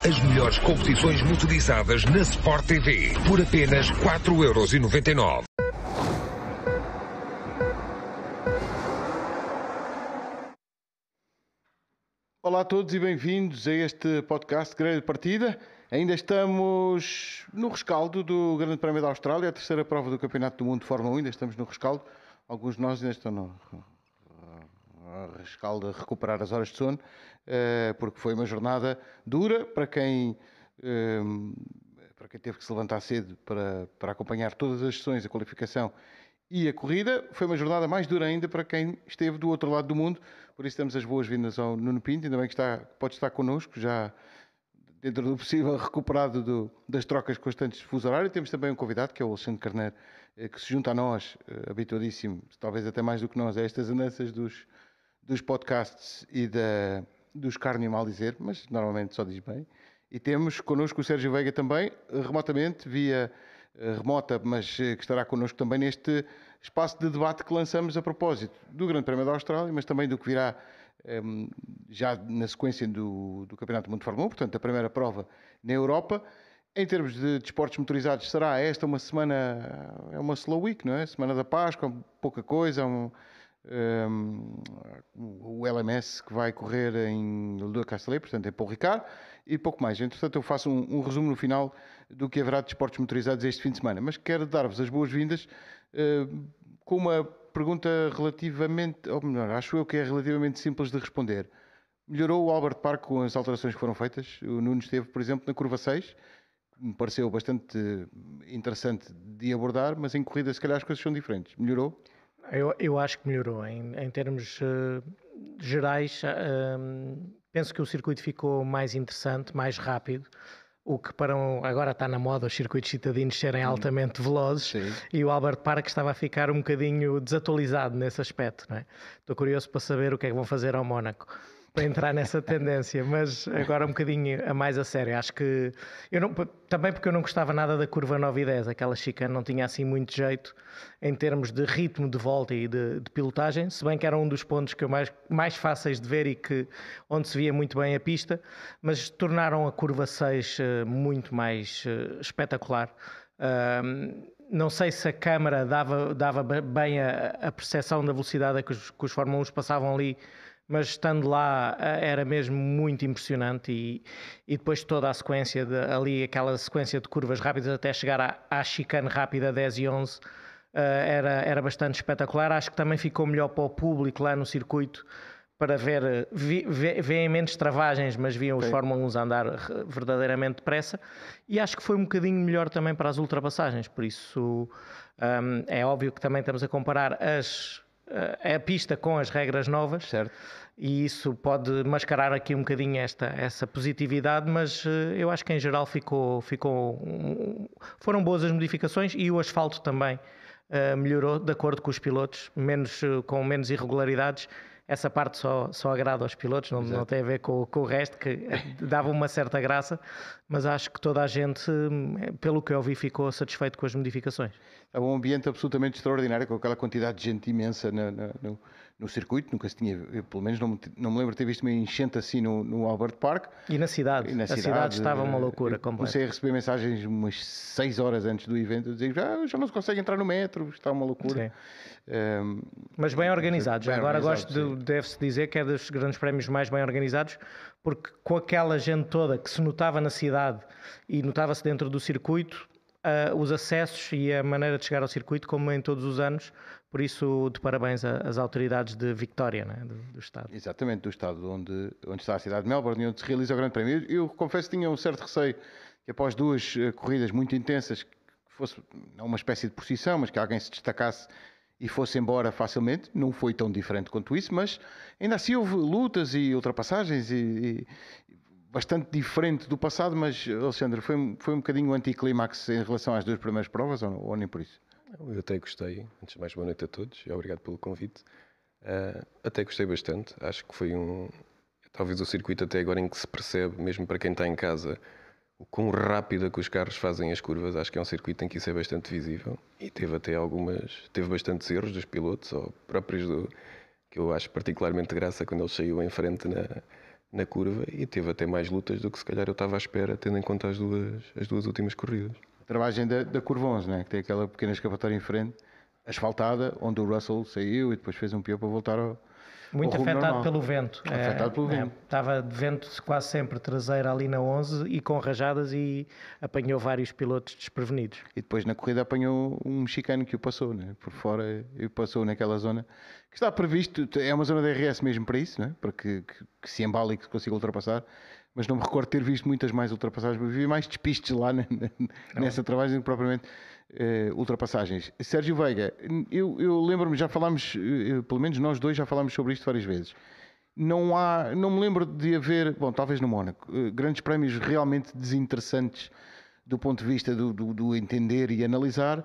As melhores competições motorizadas na Sport TV por apenas 4,99€. Olá a todos e bem-vindos a este podcast Grande Partida. Ainda estamos no rescaldo do Grande Prémio da Austrália, a terceira prova do Campeonato do Mundo de Fórmula 1. Ainda estamos no rescaldo. Alguns de nós ainda estão no rescaldo a recuperar as horas de sono, porque foi uma jornada dura para quem teve que se levantar cedo para acompanhar todas as sessões, a qualificação e a corrida. Foi uma jornada mais dura ainda para quem esteve do outro lado do mundo. Por isso damos as boas-vindas ao Nuno Pinto, ainda bem que pode estar connosco, já dentro do possível recuperado das trocas constantes de fuso horário. Temos também um convidado, que é o Alexandre Carneiro, que se junta a nós, habituadíssimo, talvez até mais do que nós, a estas andanças dos podcasts e dos Carne e Mal Dizer, mas normalmente só diz bem. E temos connosco o Sérgio Veiga também, remotamente, via remota, mas que estará connosco também neste espaço de debate que lançamos a propósito do Grande Prémio da Austrália, mas também do que virá já na sequência do Campeonato do Mundo de Fórmula 1, portanto a primeira prova na Europa. Em termos de desportos motorizados, será esta uma semana, é uma slow week, não é? Semana da Páscoa, pouca coisa, o LMS que vai correr em Louis Castellet, portanto em Paul Ricard, e pouco mais. Entretanto, eu faço um resumo no final do que haverá de desportos motorizados este fim de semana, mas quero dar-vos as boas-vindas com uma pergunta relativamente, ou melhor, acho eu que é relativamente simples de responder. Melhorou o Albert Park com as alterações que foram feitas? O Nuno esteve, por exemplo, na curva 6, me pareceu bastante interessante de abordar, mas em corrida se calhar as coisas são diferentes. Melhorou? Eu acho que melhorou. Em termos gerais, penso que o circuito ficou mais interessante, mais rápido, o que agora está na moda os circuitos citadinos serem altamente velozes. Sim. E o Albert Park estava a ficar um bocadinho desatualizado nesse aspecto, não é? Estou curioso para saber o que é que vão fazer ao Mónaco para entrar nessa tendência, mas agora um bocadinho a mais a sério. Acho que também porque eu não gostava nada da curva 9 e 10, aquela chicane não tinha assim muito jeito em termos de ritmo de volta e de pilotagem, se bem que era um dos pontos que eu mais fáceis de ver e onde se via muito bem a pista, mas tornaram a curva 6 muito mais espetacular. Não sei se a câmara dava bem a percepção da velocidade a que os Fórmula 1 passavam ali, mas estando lá era mesmo muito impressionante e depois toda a sequência, aquela sequência de curvas rápidas até chegar à chicane rápida 10 e 11, era bastante espetacular. Acho que também ficou melhor para o público lá no circuito, para ver menos travagens, mas viam os Fórmula 1 a andar verdadeiramente depressa, e acho que foi um bocadinho melhor também para as ultrapassagens. Por isso é óbvio que também estamos a comparar a pista com as regras novas, certo? E isso pode mascarar aqui um bocadinho essa positividade, mas eu acho que em geral foram boas as modificações, e o asfalto também melhorou de acordo com os pilotos, com menos irregularidades. Essa parte só agrada aos pilotos, não tem a ver com o resto, que dava uma certa graça, mas acho que toda a gente, pelo que eu vi, ficou satisfeito com as modificações. É um ambiente absolutamente extraordinário, com aquela quantidade de gente imensa no circuito. Nunca se tinha, eu, pelo menos não me lembro de ter visto uma enchente assim no Albert Park. E na cidade, a cidade estava uma loucura completa. Comecei a receber mensagens umas 6 horas antes do evento, a dizer já não se consegue entrar no metro, está uma loucura. Mas bem organizados. Agora deve-se dizer que é dos grandes prémios mais bem organizados, porque com aquela gente toda que se notava na cidade e notava-se dentro do circuito, os acessos e a maneira de chegar ao circuito, como em todos os anos. Por isso, de parabéns às autoridades de Victoria, né, do Estado. Exatamente, do Estado onde está a cidade de Melbourne e onde se realiza o Grande Prémio. Eu confesso que tinha um certo receio que após 2 corridas muito intensas, que fosse não uma espécie de procissão, mas que alguém se destacasse e fosse embora facilmente. Não foi tão diferente quanto isso, mas ainda assim houve lutas e ultrapassagens e bastante diferente do passado. Mas, Alexandre, foi um bocadinho anticlímax em relação às 2 primeiras provas, ou nem por isso? Eu até gostei. Antes de mais, boa noite a todos e obrigado pelo convite. Até gostei bastante. Acho que foi talvez o circuito até agora em que se percebe, mesmo para quem está em casa, o quão rápida que os carros fazem as curvas. Acho que é um circuito em que isso é bastante visível, e teve bastantes erros dos pilotos, ou próprios que eu acho particularmente graça quando ele saiu em frente na curva e teve até mais lutas do que se calhar eu estava à espera, tendo em conta as duas últimas corridas. Travagem da curva 11, né? Que tem aquela pequena escapatória em frente, asfaltada, onde o Russell saiu e depois fez um pior para voltar ao Muito rumo afetado normal. pelo vento. Afetado pelo vento. Estava de vento quase sempre traseiro ali na 11 e com rajadas e apanhou vários pilotos desprevenidos. E depois na corrida apanhou um mexicano que o passou, né? Por fora, e passou naquela zona que está previsto, é uma zona de DRS mesmo para isso, né? Para que se embale e que se consiga ultrapassar. Mas não me recordo ter visto muitas mais ultrapassagens, mas vi mais despistes lá nessa travagem do que propriamente ultrapassagens. Sérgio Veiga, eu lembro-me, já falámos, pelo menos nós dois já falámos sobre isto várias vezes. Não me lembro de haver, bom, talvez no Mónaco, grandes prémios realmente desinteressantes do ponto de vista do entender e analisar.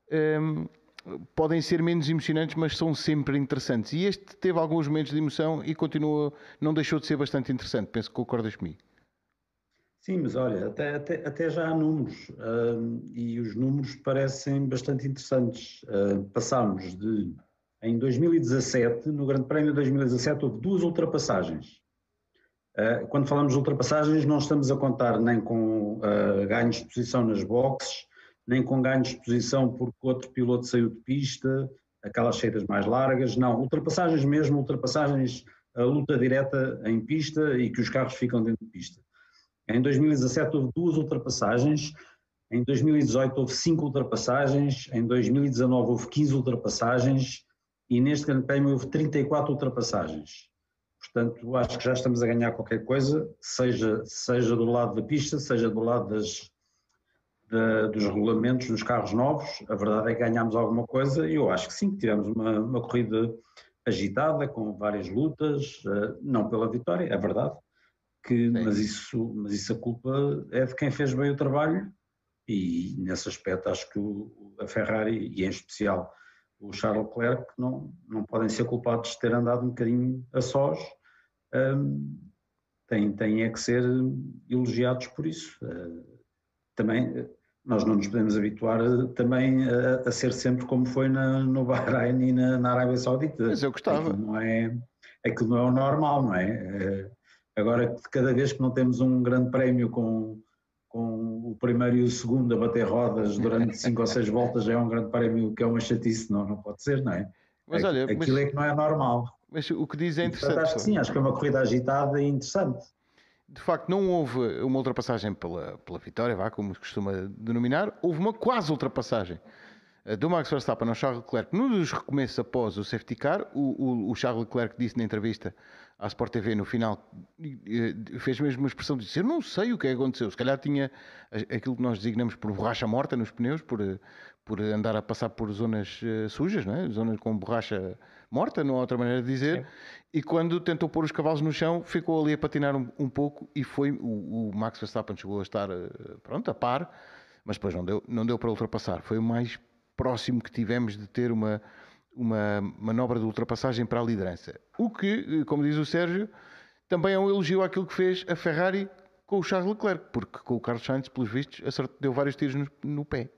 Podem ser menos emocionantes, mas são sempre interessantes. E este teve alguns momentos de emoção e continua, não deixou de ser bastante interessante. Penso que concordas comigo. Sim, mas olha, até já há números e os números parecem bastante interessantes. Passámos em 2017, no Grande Prémio de 2017, houve 2 ultrapassagens. Quando falamos de ultrapassagens, não estamos a contar nem com ganhos de posição nas boxes, nem com ganhos de posição porque outro piloto saiu de pista, aquelas saídas mais largas, não, ultrapassagens mesmo, ultrapassagens, a luta direta em pista e que os carros ficam dentro de pista. Em 2017 houve 2 ultrapassagens, em 2018 houve 5 ultrapassagens, em 2019 houve 15 ultrapassagens e neste Grande Prémio houve 34 ultrapassagens. Portanto, acho que já estamos a ganhar qualquer coisa, seja do lado da pista, seja do lado dos regulamentos dos carros novos. A verdade é que ganhámos alguma coisa e eu acho que sim, que tivemos uma corrida agitada, com várias lutas, não pela vitória, é verdade, mas isso a culpa é de quem fez bem o trabalho e nesse aspecto acho que a Ferrari e em especial o Charles Leclerc não podem ser culpados de ter andado um bocadinho a sós, têm é que ser elogiados por isso. Também nós não nos podemos habituar também a ser sempre como foi no Bahrein e na Arábia Saudita. Mas eu gostava. Aquilo não é o normal, não é? Agora, cada vez que não temos um grande prémio com o primeiro e o segundo a bater rodas durante 5 ou 6 voltas, já é um grande prémio que é uma chatice, não pode ser, não é? Mas olha, aquilo é que não é normal. Mas o que diz é interessante. Portanto, acho que sim, acho que é uma corrida agitada e interessante. De facto, não houve uma ultrapassagem pela vitória, como se costuma denominar, houve uma quase ultrapassagem do Max Verstappen ao Charles Leclerc nos dos recomeços após o safety car. O Charles Leclerc disse na entrevista à Sport TV no final, fez mesmo uma expressão de dizer: eu não sei o que aconteceu, se calhar tinha aquilo que nós designamos por borracha morta nos pneus, por andar a passar por zonas sujas, não é? Zonas com borracha morta, não há outra maneira de dizer. Sim. E quando tentou pôr os cavalos no chão, ficou ali a patinar um pouco e foi o Max Verstappen chegou a estar a par, mas depois não deu para ultrapassar. Foi o mais próximo que tivemos de ter uma manobra de ultrapassagem para a liderança. O que, como diz o Sérgio, também é um elogio àquilo que fez a Ferrari com o Charles Leclerc, porque com o Carlos Sainz, pelos vistos, deu vários tiros no pé.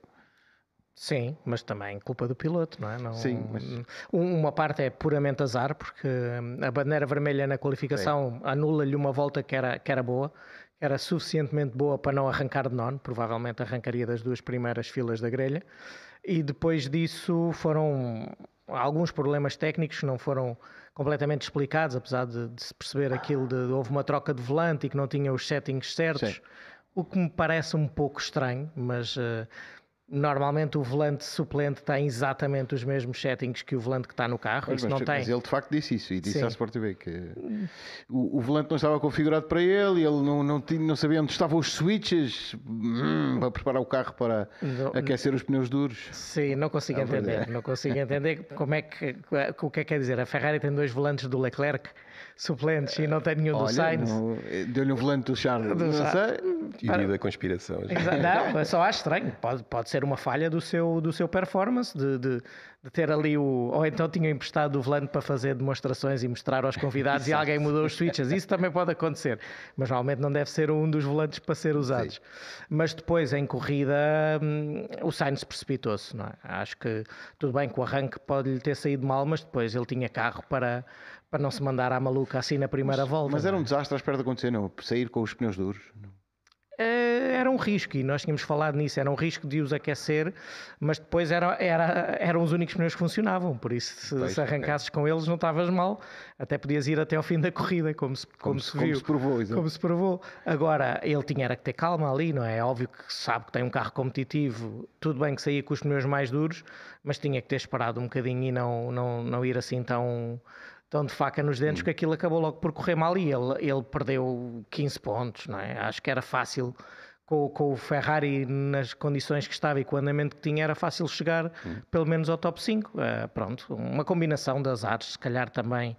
Sim, mas também culpa do piloto, não é? Sim, mas... Uma parte é puramente azar, porque a bandeira vermelha na qualificação anula-lhe uma volta que era boa, que era suficientemente boa para não arrancar de nono, provavelmente arrancaria das 2 primeiras filas da grelha, e depois disso foram alguns problemas técnicos que não foram completamente explicados, apesar de se perceber aquilo houve uma troca de volante e que não tinha os settings certos, sim. O que me parece um pouco estranho, mas... Normalmente o volante suplente tem exatamente os mesmos settings que o volante que está no carro. Mas ele de facto disse isso e disse à Sport TV que o volante não estava configurado para ele e ele não sabia onde estavam os switches para preparar o carro para aquecer os pneus duros. Sim, não consigo entender como o que é que quer dizer. A Ferrari tem 2 volantes do Leclerc suplentes e não tem nenhum do Sainz. Deu-lhe um volante do Charles. Não sei. Teoria da conspiração. Não, eu só acho estranho. Pode ser uma falha do seu performance, de ter ali ou então tinham emprestado o volante para fazer demonstrações e mostrar aos convidados e alguém mudou os switches. Isso também pode acontecer, mas normalmente não deve ser um dos volantes para ser usados. Sim. Mas depois em corrida o Sainz precipitou-se, não é? Acho que tudo bem que o arranque pode-lhe ter saído mal, mas depois ele tinha carro para para não se mandar à maluca assim na primeira volta. Mas era um desastre à espera de acontecer, não? Sair com os pneus duros. Era um risco, e nós tínhamos falado nisso, era um risco de os aquecer, mas depois eram os únicos pneus que funcionavam, por isso se arrancasses com eles não estavas mal, até podias ir até ao fim da corrida, como se provou. Como se provou. Agora, ele era que ter calma ali, não é? É óbvio que sabe que tem um carro competitivo, tudo bem que saía com os pneus mais duros, mas tinha que ter esperado um bocadinho e não ir assim tão de faca nos dentes, que aquilo acabou logo por correr mal e ele perdeu 15 pontos, não é? Acho que era fácil, com o Ferrari nas condições que estava e com o andamento que tinha, era fácil chegar pelo menos ao top 5. Pronto, uma combinação de azares, se calhar também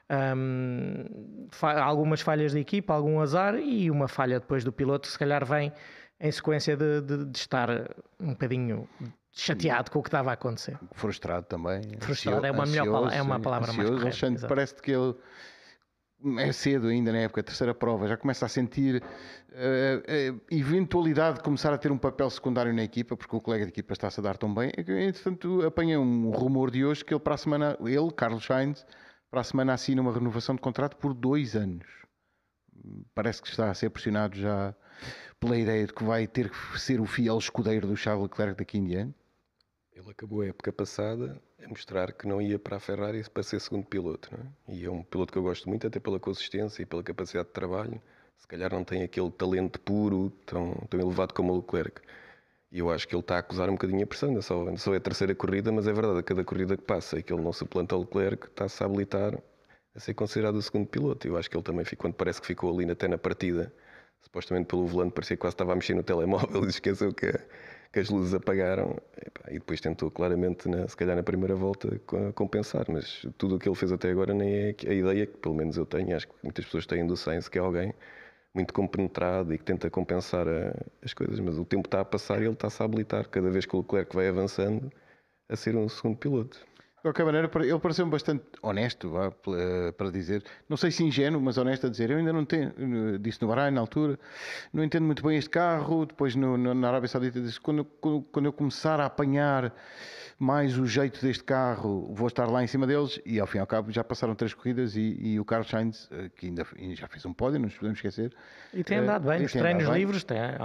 algumas falhas da equipa, algum azar e uma falha depois do piloto, que se calhar vem em sequência de estar um bocadinho chateado com o que estava a acontecer. Frustrado também. Frustrado é uma palavra mais correta. Alexandre, parece que ele é cedo ainda na época, a terceira prova, já começa a sentir a eventualidade de começar a ter um papel secundário na equipa, porque o colega de equipa está-se a dar tão bem. Entretanto, apanhei um rumor de hoje que ele para a semana, Carlos Sainz, para a semana assina uma renovação de contrato por 2 anos. Parece que está a ser pressionado já pela ideia de que vai ter que ser o fiel escudeiro do Charles Leclerc daqui em diante. Ele acabou a época passada a mostrar que não ia para a Ferrari para ser segundo piloto, não é? E é um piloto que eu gosto muito, até pela consistência e pela capacidade de trabalho. Se calhar não tem aquele talento puro tão elevado como o Leclerc. E eu acho que ele está a acusar um bocadinho a pressão. Ainda só é a terceira corrida, mas é verdade, a cada corrida que passa e que ele não suplanta o Leclerc, está-se a habilitar a ser considerado o segundo piloto. Eu acho que ele também, quando parece que ficou ali até na partida, supostamente pelo volante, parecia que quase estava a mexer no telemóvel e esqueceu que as luzes apagaram, e depois tentou claramente, se calhar na primeira volta, compensar, mas tudo o que ele fez até agora nem é a ideia que pelo menos eu tenho, acho que muitas pessoas têm do Sainz, que é alguém muito compenetrado e que tenta compensar as coisas, mas o tempo está a passar e ele está-se a habilitar cada vez que o Leclerc vai avançando a ser um segundo piloto. De qualquer maneira, ele pareceu-me bastante honesto, para dizer, não sei se ingênuo, mas honesto a dizer, eu ainda não tenho, disse no Bahrein na altura, não entendo muito bem este carro. Depois na Arábia Saudita disse, quando eu começar a apanhar mais o jeito deste carro, vou estar lá em cima deles. E ao fim e ao cabo já passaram 3 corridas e o Carlos Sainz, que ainda já fez um pódio, não nos podemos esquecer. E tem andado bem, nos treinos livres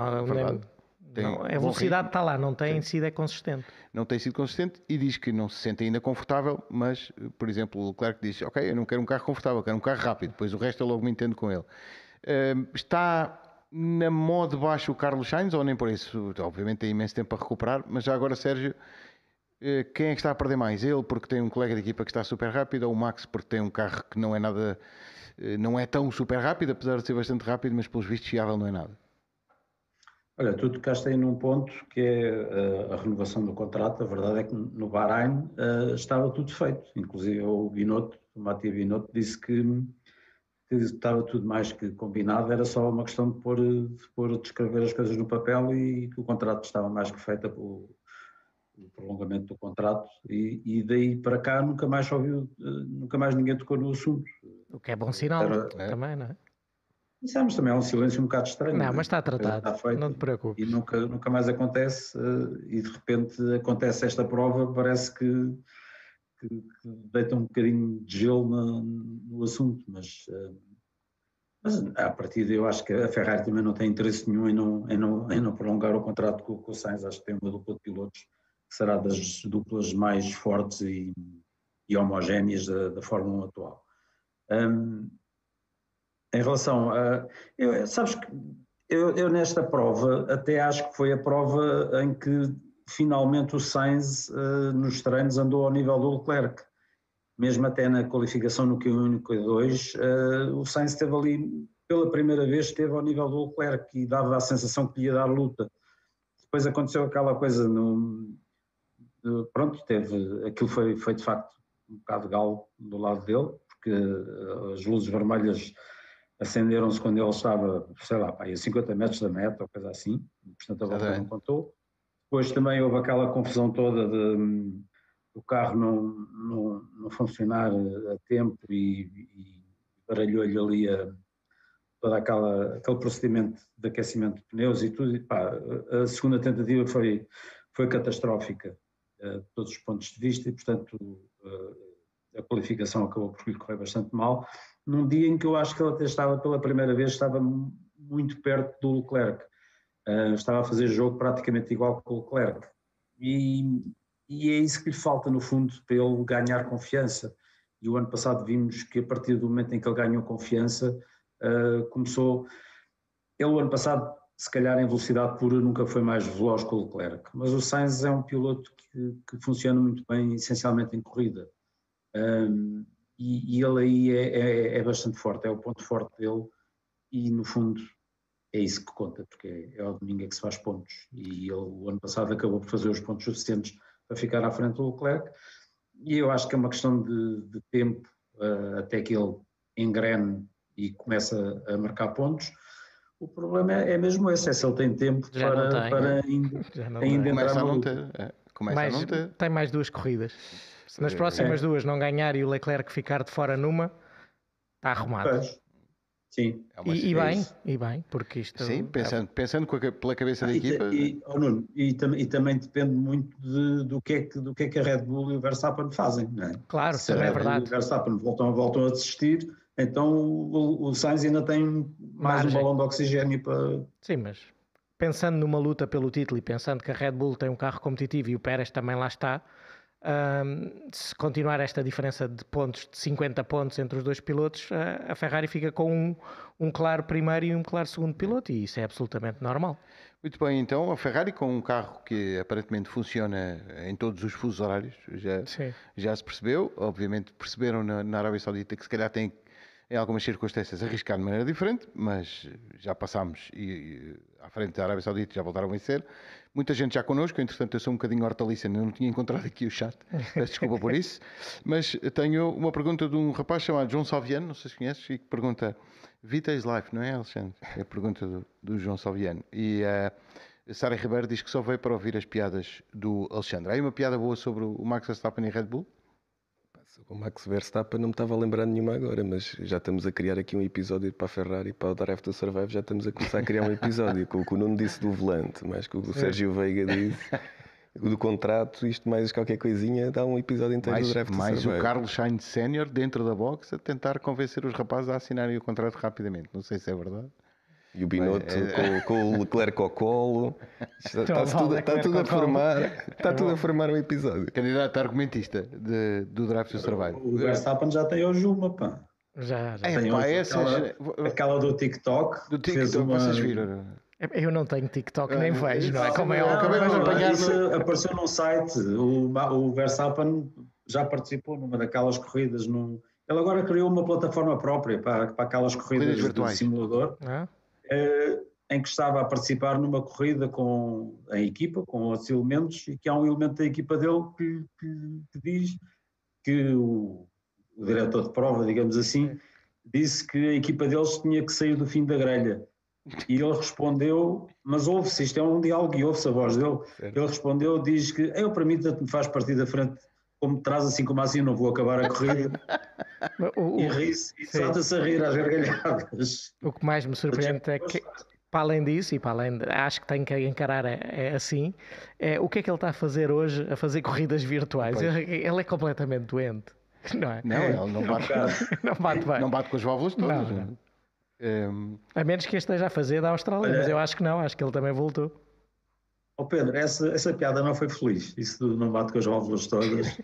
a velocidade está lá, não tem sido consistente. Não tem sido consistente e diz que não se sente ainda confortável, mas, por exemplo, o Leclerc diz, ok, eu não quero um carro confortável, quero um carro rápido, depois o resto eu logo me entendo com ele. Está na mó de baixo o Carlos Sainz, ou nem por isso? Obviamente tem imenso tempo a recuperar, mas já agora, Sérgio, quem é que está a perder mais? Ele porque tem um colega de equipa que está super rápido, ou o Max porque tem um carro que não é nada, não é tão super rápido, apesar de ser bastante rápido, mas pelos vistos fiável não é nada? Olha, tu tocaste aí num ponto que é a renovação do contrato. A verdade é que no Bahrein estava tudo feito. Inclusive o Mattia Binotto disse que estava tudo mais que combinado, era só uma questão de descrever as coisas no papel e que o contrato estava mais que feito o prolongamento do contrato e daí para cá nunca mais ninguém tocou no assunto. O que é bom sinal também, não é? Mas também é um silêncio um bocado estranho. Não, mas está tratado, não te preocupes. E nunca mais acontece, e de repente acontece esta prova, parece que deita um bocadinho de gelo no assunto, mas a partir de eu acho que a Ferrari também não tem interesse nenhum em não prolongar o contrato com o Sainz. Acho que tem uma dupla de pilotos que será das duplas mais fortes e homogéneas da Fórmula 1 atual. Em relação a... sabes que eu nesta prova até acho que foi a prova em que finalmente o Sainz nos treinos andou ao nível do Leclerc. Mesmo até na qualificação no Q1 e no Q2, o Sainz esteve ali, pela primeira vez, esteve ao nível do Leclerc e dava a sensação que ia dar luta. Depois aconteceu aquela coisa, aquilo foi de facto um bocado galo do lado dele, porque as luzes vermelhas acenderam-se quando ele estava, sei lá, a 50 metros da meta ou coisa assim, portanto a volta não contou. Depois também houve aquela confusão toda do carro não funcionar a tempo e baralhou-lhe ali todo aquele procedimento de aquecimento de pneus e tudo. E, a segunda tentativa foi catastrófica de todos os pontos de vista e, portanto, a qualificação acabou por lhe correr bastante mal, num dia em que eu acho que ele até estava pela primeira vez, estava muito perto do Leclerc, estava a fazer jogo praticamente igual com o Leclerc, e é isso que lhe falta no fundo para ele ganhar confiança, e o ano passado vimos que a partir do momento em que ele ganhou confiança, começou, ele o ano passado se calhar em velocidade pura nunca foi mais veloz que o Leclerc, mas o Sainz é um piloto que funciona muito bem essencialmente em corrida, e ele aí é bastante forte, é o ponto forte dele, e no fundo é isso que conta, porque é ao domingo que se faz pontos, e ele o ano passado acabou por fazer os pontos suficientes para ficar à frente do Leclerc, e eu acho que é uma questão de tempo até que ele engrene e comece a marcar pontos. O problema é mesmo esse, é se ele tem tempo para ainda entrar no luta. Começa a não ter. Tem mais 2 corridas. Se nas próximas 2 não ganhar e o Leclerc ficar de fora numa, está arrumado. Pois. Sim. E bem, porque isto... Sim, pensando pela cabeça da equipa... E também depende muito do que é que a Red Bull e o Verstappen fazem, não é? Claro, também é verdade. Se o Verstappen voltam a desistir, então o Sainz ainda tem mais um balão de oxigênio para... Sim, mas pensando numa luta pelo título e pensando que a Red Bull tem um carro competitivo e o Pérez também lá está, se continuar esta diferença de pontos, de 50 pontos entre os 2 pilotos, a Ferrari fica com um claro primeiro e um claro segundo piloto, e isso é absolutamente normal. Muito bem, então a Ferrari com um carro que aparentemente funciona em todos os fusos horários, já se percebeu, obviamente perceberam na Arábia Saudita que se calhar tem em algumas circunstâncias arriscar de maneira diferente, mas já passámos e à frente da Arábia Saudita já voltaram a vencer. Muita gente já connosco, entretanto eu sou um bocadinho hortaliça, não tinha encontrado aqui o chat, peço desculpa por isso, mas tenho uma pergunta de um rapaz chamado João Salviano, não sei se conheces, e que pergunta: Vita is life, não é, Alexandre? É a pergunta do João Salviano. E a Sara Ribeiro diz que só veio para ouvir as piadas do Alexandre. Há aí uma piada boa sobre o Max Verstappen e Red Bull? O Max Verstappen não me estava a lembrar nenhuma agora, mas já estamos a criar aqui um episódio para a Ferrari e para o Drive to Survive, já estamos a começar a criar um episódio com o que o Nuno disse do volante, mais que o que o Sérgio Veiga disse do contrato, isto mais qualquer coisinha, dá um episódio inteiro do Drive to Survive. Mais o Carlos Sainz Sénior dentro da box a tentar convencer os rapazes a assinarem o contrato rapidamente, não sei se é verdade. E o Binotto com o Leclerc ao colo. Está tudo a formar. Está tudo a formar um episódio. Candidato argumentista do Drive to Survive. O Verstappen já tem hoje uma, pá. Já. Tem aquela do TikTok. Do TikTok, vocês viram? Eu não tenho TikTok, nem vejo, não é? Como é óbvio. Isso apareceu num site. O Verstappen já participou numa daquelas corridas. Ele agora criou uma plataforma própria para aquelas corridas do simulador. Em que estava a participar numa corrida em equipa, com outros elementos, e que há um elemento da equipa dele que diz que o diretor de prova, digamos assim, disse que a equipa deles tinha que sair do fim da grelha. E ele respondeu, mas ouve-se, isto é um diálogo e ouve-se a voz dele. Ele respondeu, diz que eu permita-te, me faz partir da frente como de trás, assim como assim, não vou acabar a corrida. E ri-se, e salta-se a rir às gargalhadas. O que mais me surpreende é que, para além disso, e para além acho que tem que encarar assim, o que é que ele está a fazer hoje, a fazer corridas virtuais? Ele é completamente doente, não é? Não, ele não bate, não bate bem. Não bate com as válvulas todas. Não. A menos que esteja a fazer da Austrália, mas eu acho que não, acho que ele também voltou. Oh Pedro, essa piada não foi feliz, isso não bate com as válvulas todas,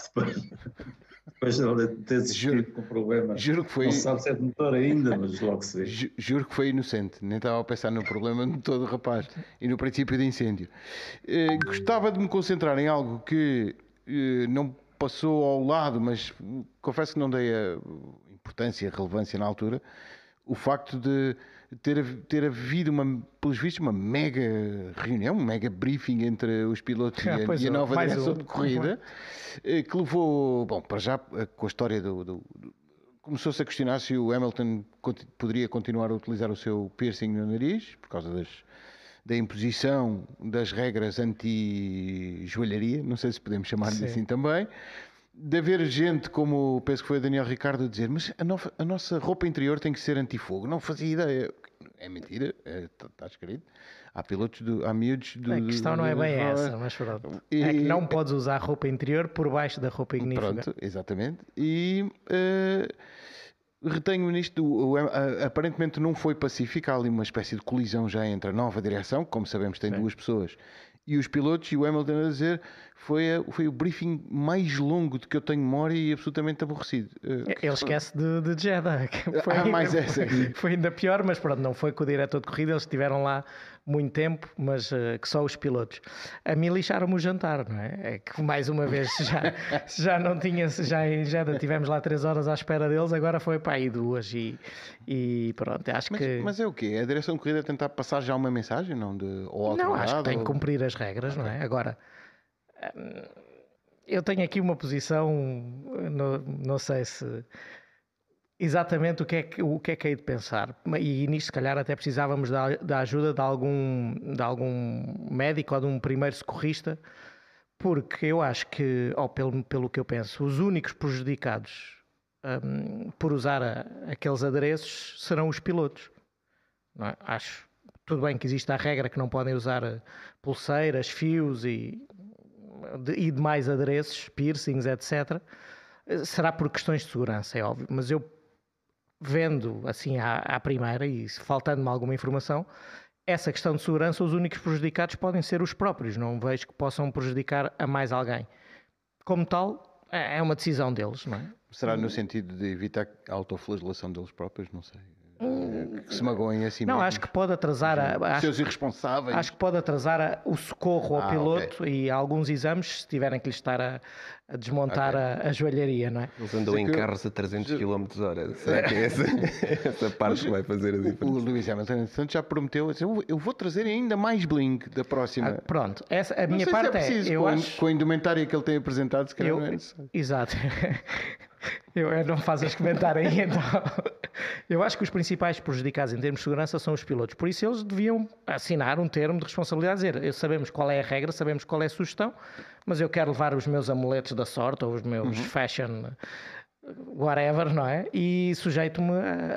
depois de ter desistido com o problema. Juro que foi... Não se sabe se é de motor ainda, mas logo se vê. Juro que foi inocente, nem estava a pensar no problema de todo o rapaz e no princípio de incêndio. Gostava de me concentrar em algo que não passou ao lado, mas confesso que não dei a importância, a relevância na altura, o facto de ter havido, pelos vistos, uma mega reunião, um mega briefing entre os pilotos e a nova direção de corrida, que levou, bom, para já, com a história começou-se a questionar se o Hamilton poderia continuar a utilizar o seu piercing no nariz, por causa da imposição das regras anti-joalharia, não sei se podemos chamar-lhe assim também, de haver gente como, penso que foi o Daniel Ricciardo, a dizer, mas a nossa roupa interior tem que ser antifogo. Não fazia ideia. é mentira, está escrito. Há pilotos, há miúdos... A questão não é bem essa, mas pronto. É que não podes usar roupa interior por baixo da roupa ignífuga. Pronto, exatamente. E retenho nisto, aparentemente não foi pacífico, há ali uma espécie de colisão já entre a nova direção, que como sabemos tem duas pessoas, e os pilotos, e o Hamilton a dizer, foi o briefing mais longo de que eu tenho memória e absolutamente aborrecido. Ele esquece de Jeddah. Foi ainda pior, mas pronto, não foi com o diretor de corrida, eles estiveram lá muito tempo, mas que só os pilotos. A mim lixaram-me o jantar, não é? É que mais uma vez já não tinha, já em Jeddah tivemos lá 3 horas à espera deles, agora foi para aí 2 e pronto, acho que... Mas é o quê? É a direção de corrida tentar passar já uma mensagem, não? Não, acho que tem que cumprir as regras, não é? Agora, eu tenho aqui uma posição, não sei se... Exatamente o que é que hei de pensar, e nisto se calhar até precisávamos da ajuda de algum médico ou de um primeiro socorrista, porque eu acho que, ou pelo que eu penso, os únicos prejudicados por usar aqueles adereços serão os pilotos, não é? Acho, tudo bem que existe a regra que não podem usar pulseiras, fios e demais adereços, piercings, etc. Será por questões de segurança, é óbvio, mas eu vendo assim à primeira e faltando-me alguma informação, essa questão de segurança, os únicos prejudicados podem ser os próprios, não vejo que possam prejudicar a mais alguém. Como tal, é uma decisão deles, não é? Será no sentido de evitar a autoflagelação deles próprios? Não sei. Que se magoem assim não, mesmo. acho que pode atrasar seus irresponsáveis. Acho que pode atrasar o socorro ao piloto e alguns exames se tiverem que lhe estar a desmontar a joalharia, não é? Eles andam em carros a 300 km/h. Será que é essa parte que vai fazer a diferença? O Lewis Hamilton, entretanto, já prometeu, eu vou trazer ainda mais bling da próxima. Pronto, a minha parte eu acho... Com a indumentária que ele tem apresentado, se calhar não é necessário. Exato. Eu não faço este comentário aí, então. Eu acho que os principais prejudicados em termos de segurança são os pilotos. Por isso eles deviam assinar um termo de responsabilidade, dizer, sabemos qual é a regra, sabemos qual é a sugestão, mas eu quero levar os meus amuletos da sorte ou os meus fashion whatever, não é? E sujeito-me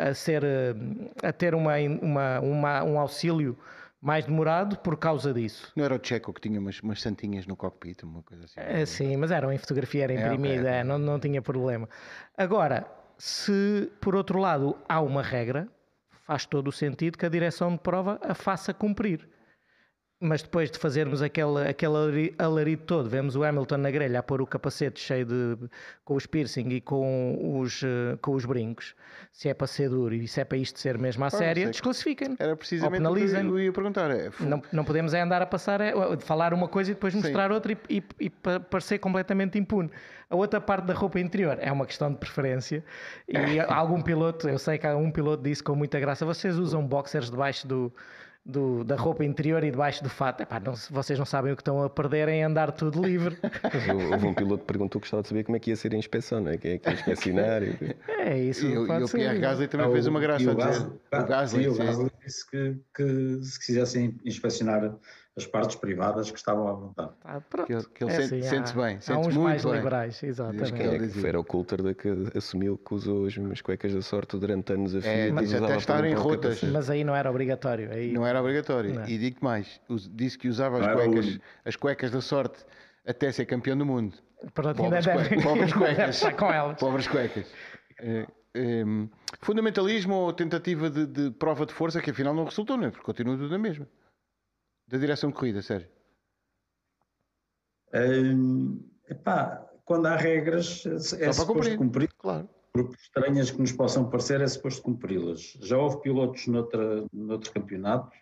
a ter um auxílio mais demorado por causa disso. Não era o Checo que tinha umas santinhas no cockpit, uma coisa assim? Sim, mas eram em fotografia, era imprimida, não tinha problema. Agora, se por outro lado há uma regra, faz todo o sentido que a direção de prova a faça cumprir. Mas depois de fazermos aquele alarido todo, vemos o Hamilton na grelha a pôr o capacete cheio com os piercing e com os brincos, se é para ser duro e se é para isto ser mesmo à séria, desclassifiquem-no. Era precisamente o que eu ia perguntar. Não podemos andar a passar, falar uma coisa e depois mostrar outra e parecer completamente impune. A outra parte da roupa interior é uma questão de preferência e algum piloto, eu sei que algum piloto disse com muita graça, vocês usam boxers debaixo da roupa interior e debaixo do fato. Vocês não sabem o que estão a perder em andar tudo livre. Houve um piloto que perguntou que gostava de saber como é que ia ser a inspeção, não é? Quem é que ia inspecionar? É isso. E o Pierre Gasly também fez uma graça a dizer. O Gasly disse que se quisessem inspecionar as partes privadas que estavam à vontade. Que ele sente-se bem, há uns muito mais bem. liberais, exatamente. Foi o Coulter que assumiu que usou as mesmas cuecas da sorte durante anos a fio. Mas até estar em rotas. Mas aí não era obrigatório. Não era obrigatório. Não. E digo mais, disse que usava as cuecas da sorte até ser campeão do mundo. Pobres cuecas. Pobres cuecas. Fundamentalismo ou tentativa de prova de força que afinal não resultou, não é? Porque continua tudo a mesma. Da direção de corrida, Sérgio? Quando há regras, é suposto cumprir. Claro. Por estranhas que nos possam parecer, é suposto cumpri-las. Já houve pilotos noutros campeonatos,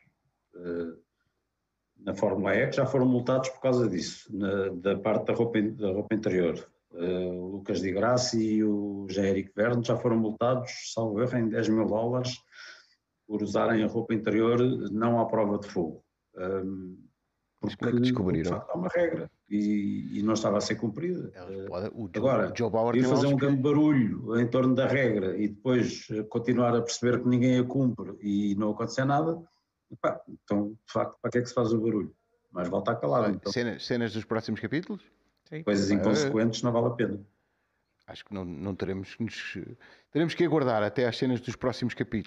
na Fórmula E, que já foram multados por causa disso, da parte da roupa interior. O Lucas Di Grassi e o Jean-Éric Vergne já foram multados, salvo erro, em $10.000 por usarem a roupa interior não à prova de fogo. Porque como é que descobriram? De facto, há uma regra e não estava a ser cumprida. Agora, o Joe Bauer ir fazer um grande barulho em torno da regra e depois continuar a perceber que ninguém a cumpre e não acontecer nada, então, de facto, para que é que se faz o barulho? Mas volta a calar. Então. Cenas dos próximos capítulos? Sim. Coisas inconsequentes não vale a pena. Acho que não teremos que aguardar até às cenas dos próximos capítulos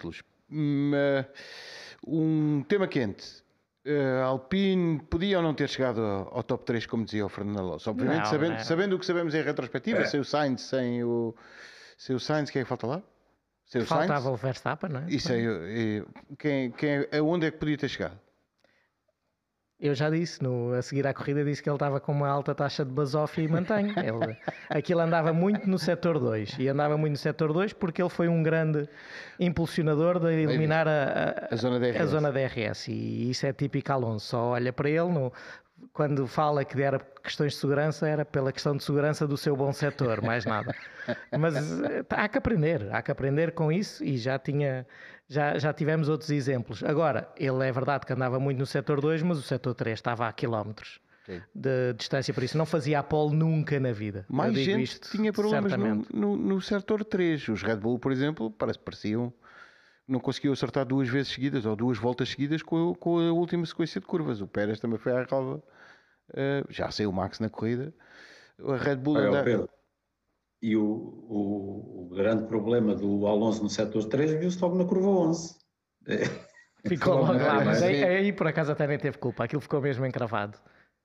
Um tema quente. A Alpine podia ou não ter chegado ao top 3, como dizia o Fernando Alonso? Obviamente, sabendo o que sabemos em retrospectiva, sem o Sainz, sem o Sainz, quem é que falta lá? Sem o Faltava Sainz? o Verstappen, não é? Isso aí, aonde é que podia ter chegado? Eu já disse, a seguir à corrida, disse que ele estava com uma alta taxa de basófia e mantém. Aquilo andava muito no setor 2. E andava muito no setor 2 porque ele foi um grande impulsionador de eliminar a zona DRS. E isso é típico Alonso. Só olha para ele, quando fala que era questões de segurança, era pela questão de segurança do seu bom setor, mais nada. Mas há que aprender com isso, e já tivemos outros exemplos. Agora, ele é verdade que andava muito no setor 2, mas o setor 3 estava a quilómetros de distância, por isso não fazia a pole nunca na vida. Mais gente tinha problemas no setor 3. Os Red Bull, por exemplo, pareciam não conseguiu acertar 2 vezes seguidas ou 2 voltas seguidas com a última sequência de curvas. O Pérez também foi à relva. Já saiu o Max na corrida. A Red Bull Pedro, e o grande problema do Alonso no setor 3 viu-se logo na curva 11. Ficou logo lá, mas aí por acaso até nem teve culpa. Aquilo ficou mesmo encravado.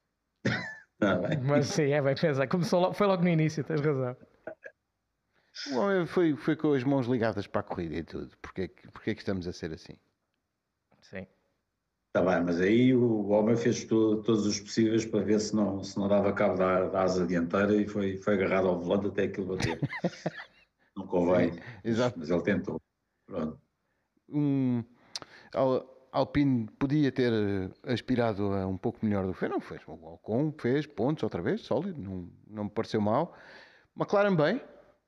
Mas sim, é bem pensar. Foi logo no início, tens razão. O homem foi com as mãos ligadas para a corrida e tudo. Porquê é que estamos a ser assim? Sim. Está bem, mas aí o homem fez todos os possíveis para ver se não dava cabo da asa dianteira e foi agarrado ao volante até aquilo bater. Não convém. Sim, exato. Mas ele tentou. Pronto. Alpine podia ter aspirado a um pouco melhor do que fez. Não fez. O Ocon fez pontos outra vez, sólido. Não me pareceu mal. McLaren bem.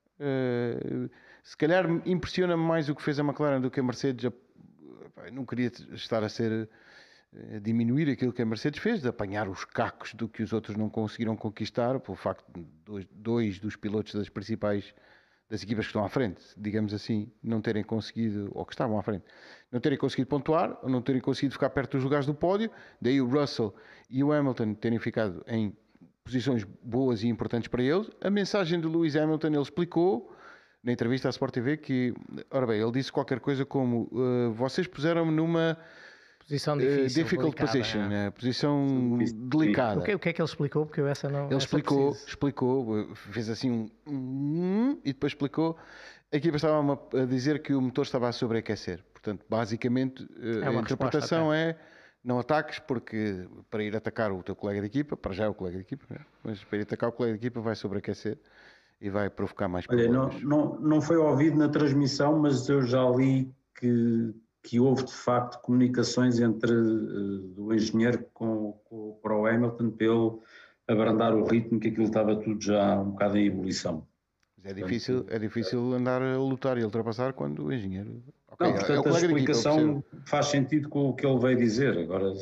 Se calhar impressiona-me mais o que fez a McLaren do que a Mercedes. Eu não queria estar a diminuir aquilo que a Mercedes fez, de apanhar os cacos do que os outros não conseguiram conquistar, pelo facto de dois dos pilotos das equipas que estão à frente, digamos assim, não terem conseguido, ou que estavam à frente, não terem conseguido pontuar, ou não terem conseguido ficar perto dos lugares do pódio. Daí o Russell e o Hamilton terem ficado em posições boas e importantes para eles. A mensagem de Lewis Hamilton, ele explicou na entrevista à Sport TV que, ora bem, ele disse qualquer coisa como vocês puseram-me numa posição difícil, difficult position, posição delicada. O que é que ele explicou? Porque eu essa não. Ele explicou, fez assim e depois explicou. A equipa estava a dizer que o motor estava a sobreaquecer. Portanto, basicamente, a interpretação é não ataques, porque para ir atacar o teu colega de equipa, para já é o colega de equipa, mas para ir atacar o colega de equipa vai sobreaquecer e vai provocar mais problemas. Olha, não foi ouvido na transmissão, mas eu já li que houve de facto comunicações entre o engenheiro para o Hamilton para ele abrandar o ritmo, que aquilo estava tudo já um bocado em ebulição. Mas é difícil andar a lutar e ultrapassar quando o engenheiro... Okay, não, portanto, a explicação faz sentido com o que ele veio dizer. Agora,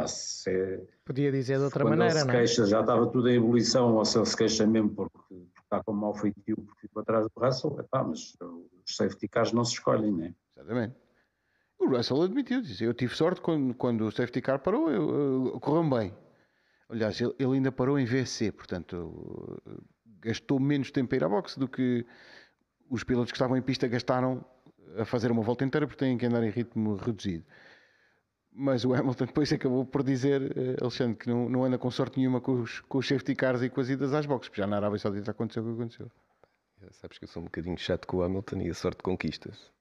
podia dizer de outra maneira, ele se queixa, já estava tudo em ebulição, ou se ele se queixa mesmo porque está com mau feitio, porque ficou atrás do Russell, mas os safety cars não se escolhem, não é? Exatamente. O Russell admitiu, disse, eu tive sorte quando o safety car parou, correu bem. Aliás, ele ainda parou em VC, portanto, gastou menos tempo a ir à boxe do que os pilotos que estavam em pista gastaram a fazer uma volta inteira, porque têm que andar em ritmo reduzido. Mas o Hamilton depois acabou por dizer, Alexandre, que não anda com sorte nenhuma com os safety cars e com as idas às boxes, porque já na Arábia Saudita aconteceu o que aconteceu. Sabes que eu sou um bocadinho chato com o Hamilton e a sorte conquistas.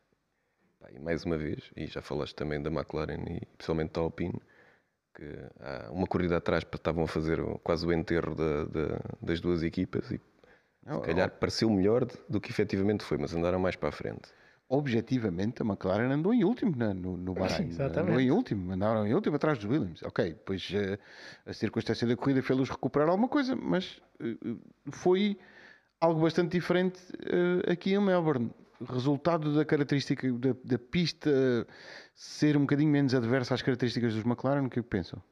E mais uma vez, e já falaste também da McLaren e pessoalmente da Alpine, que há uma corrida atrás estavam a fazer quase o enterro das duas equipas e se calhar pareceu melhor do que efetivamente foi, mas andaram mais para a frente. Objetivamente a McLaren andou em último no Bahrein, andou em último, andaram em último atrás dos Williams. Ok, depois a circunstância da corrida fez-los recuperar alguma coisa, mas foi algo bastante diferente aqui em Melbourne. Resultado da característica da pista ser um bocadinho menos adversa às características dos McLaren, o que pensam?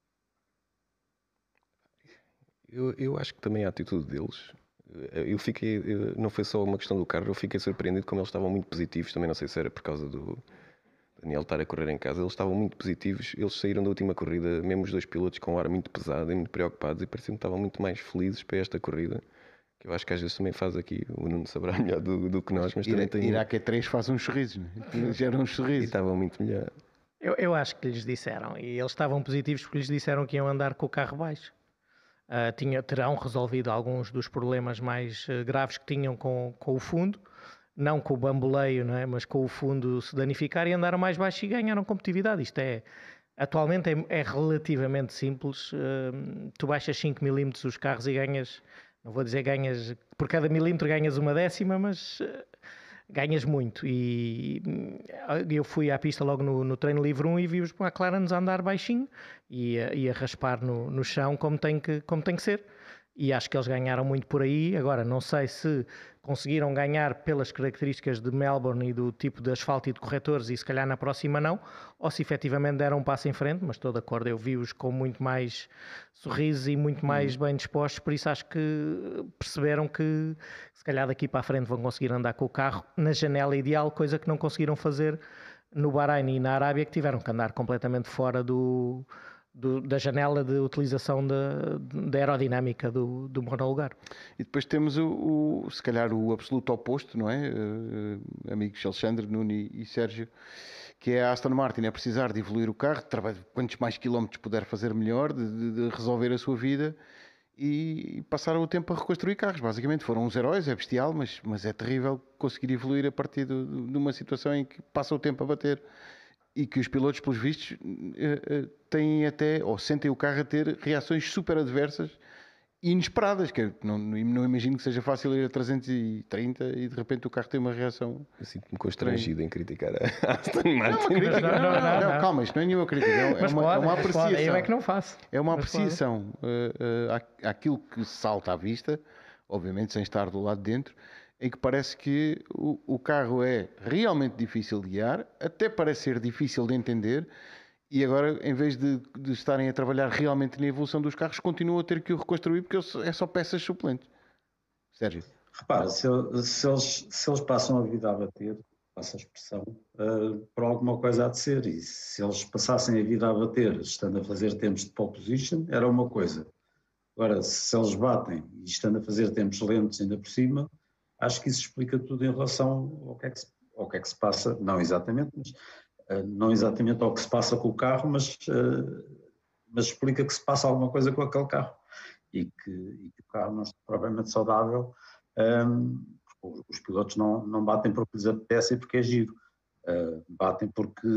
Eu acho que também a atitude deles, não foi só uma questão do carro, eu fiquei surpreendido como eles estavam muito positivos, também não sei se era por causa do Daniel estar a correr em casa, eles estavam muito positivos, eles saíram da última corrida, mesmo os dois pilotos com um ar muito pesado e muito preocupados, e pareciam que estavam muito mais felizes para esta corrida, que eu acho que às vezes também faz aqui, o Nuno saberá melhor do que nós, mas também tem... Ir à Q3 faz uns sorrisos, né? Gera uns E sorrisos. estava muito melhor. Eu acho que lhes disseram, e eles estavam positivos porque lhes disseram que iam andar com o carro baixo. Terão resolvido alguns dos problemas mais graves que tinham com o fundo, não com o bamboleio, não é? Mas com o fundo se danificar, e andaram mais baixo e ganharam competitividade. Isto atualmente é relativamente simples. Tu baixas 5 milímetros os carros e ganhas, não vou dizer ganhas, por cada milímetro ganhas 1/10, mas ganhas muito. E eu fui à pista logo no treino livre 1 e vi os McLarens a andar baixinho e a raspar no chão como tem que ser. E acho que eles ganharam muito por aí. Agora, não sei se conseguiram ganhar pelas características de Melbourne e do tipo de asfalto e de corretores, e se calhar na próxima não, ou se efetivamente deram um passo em frente, mas estou de acordo, eu vi-os com muito mais sorrisos e muito mais bem dispostos, por isso acho que perceberam que se calhar daqui para a frente vão conseguir andar com o carro na janela ideal, coisa que não conseguiram fazer no Bahrein e na Arábia, que tiveram que andar completamente fora da janela de utilização da aerodinâmica do monolugar. E depois temos se calhar o absoluto oposto, não é? Amigos Alexandre, Nuno e Sérgio, que é a Aston Martin a precisar de evoluir o carro, quantos mais quilómetros puder fazer melhor, de resolver a sua vida e passaram o tempo a reconstruir carros. Basicamente foram uns heróis, é bestial, mas é terrível conseguir evoluir a partir de uma situação em que passa o tempo a bater. E que os pilotos, pelos vistos, têm até, ou sentem o carro a ter reações super adversas e inesperadas, que não imagino que seja fácil ir a 330 e de repente o carro tem uma reação. Eu sinto-me constrangido em criticar a Aston Martin. Não, calma, isto não é nenhuma crítica, é uma apreciação. Eu é que não faço. É uma apreciação àquilo que salta à vista, obviamente sem estar do lado de dentro, em que parece que o carro é realmente difícil de guiar, até parece ser difícil de entender, e agora, em vez de estarem a trabalhar realmente na evolução dos carros, continuam a ter que o reconstruir porque é só peças suplentes. Sérgio? Repara, se eles passam a vida a bater, passa a expressão, por alguma coisa há de ser, e se eles passassem a vida a bater estando a fazer tempos de pole position, era uma coisa. Agora, se eles batem e estando a fazer tempos lentos ainda por cima, acho que isso explica tudo em relação ao que é que se passa, não exatamente ao que se passa com o carro, mas explica que se passa alguma coisa com aquele carro e que o carro não está propriamente saudável. Os pilotos não batem porque lhes apetece e porque é giro, batem porque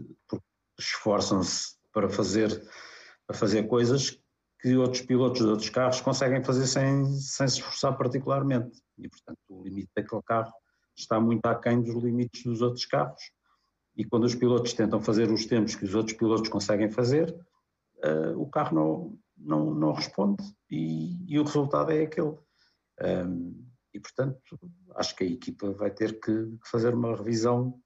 esforçam-se para fazer coisas que outros pilotos de outros carros conseguem fazer sem se esforçar particularmente. E, portanto, o limite daquele carro está muito aquém dos limites dos outros carros. E quando os pilotos tentam fazer os tempos que os outros pilotos conseguem fazer, o carro não responde e o resultado é aquele. E, portanto, acho que a equipa vai ter que fazer uma revisão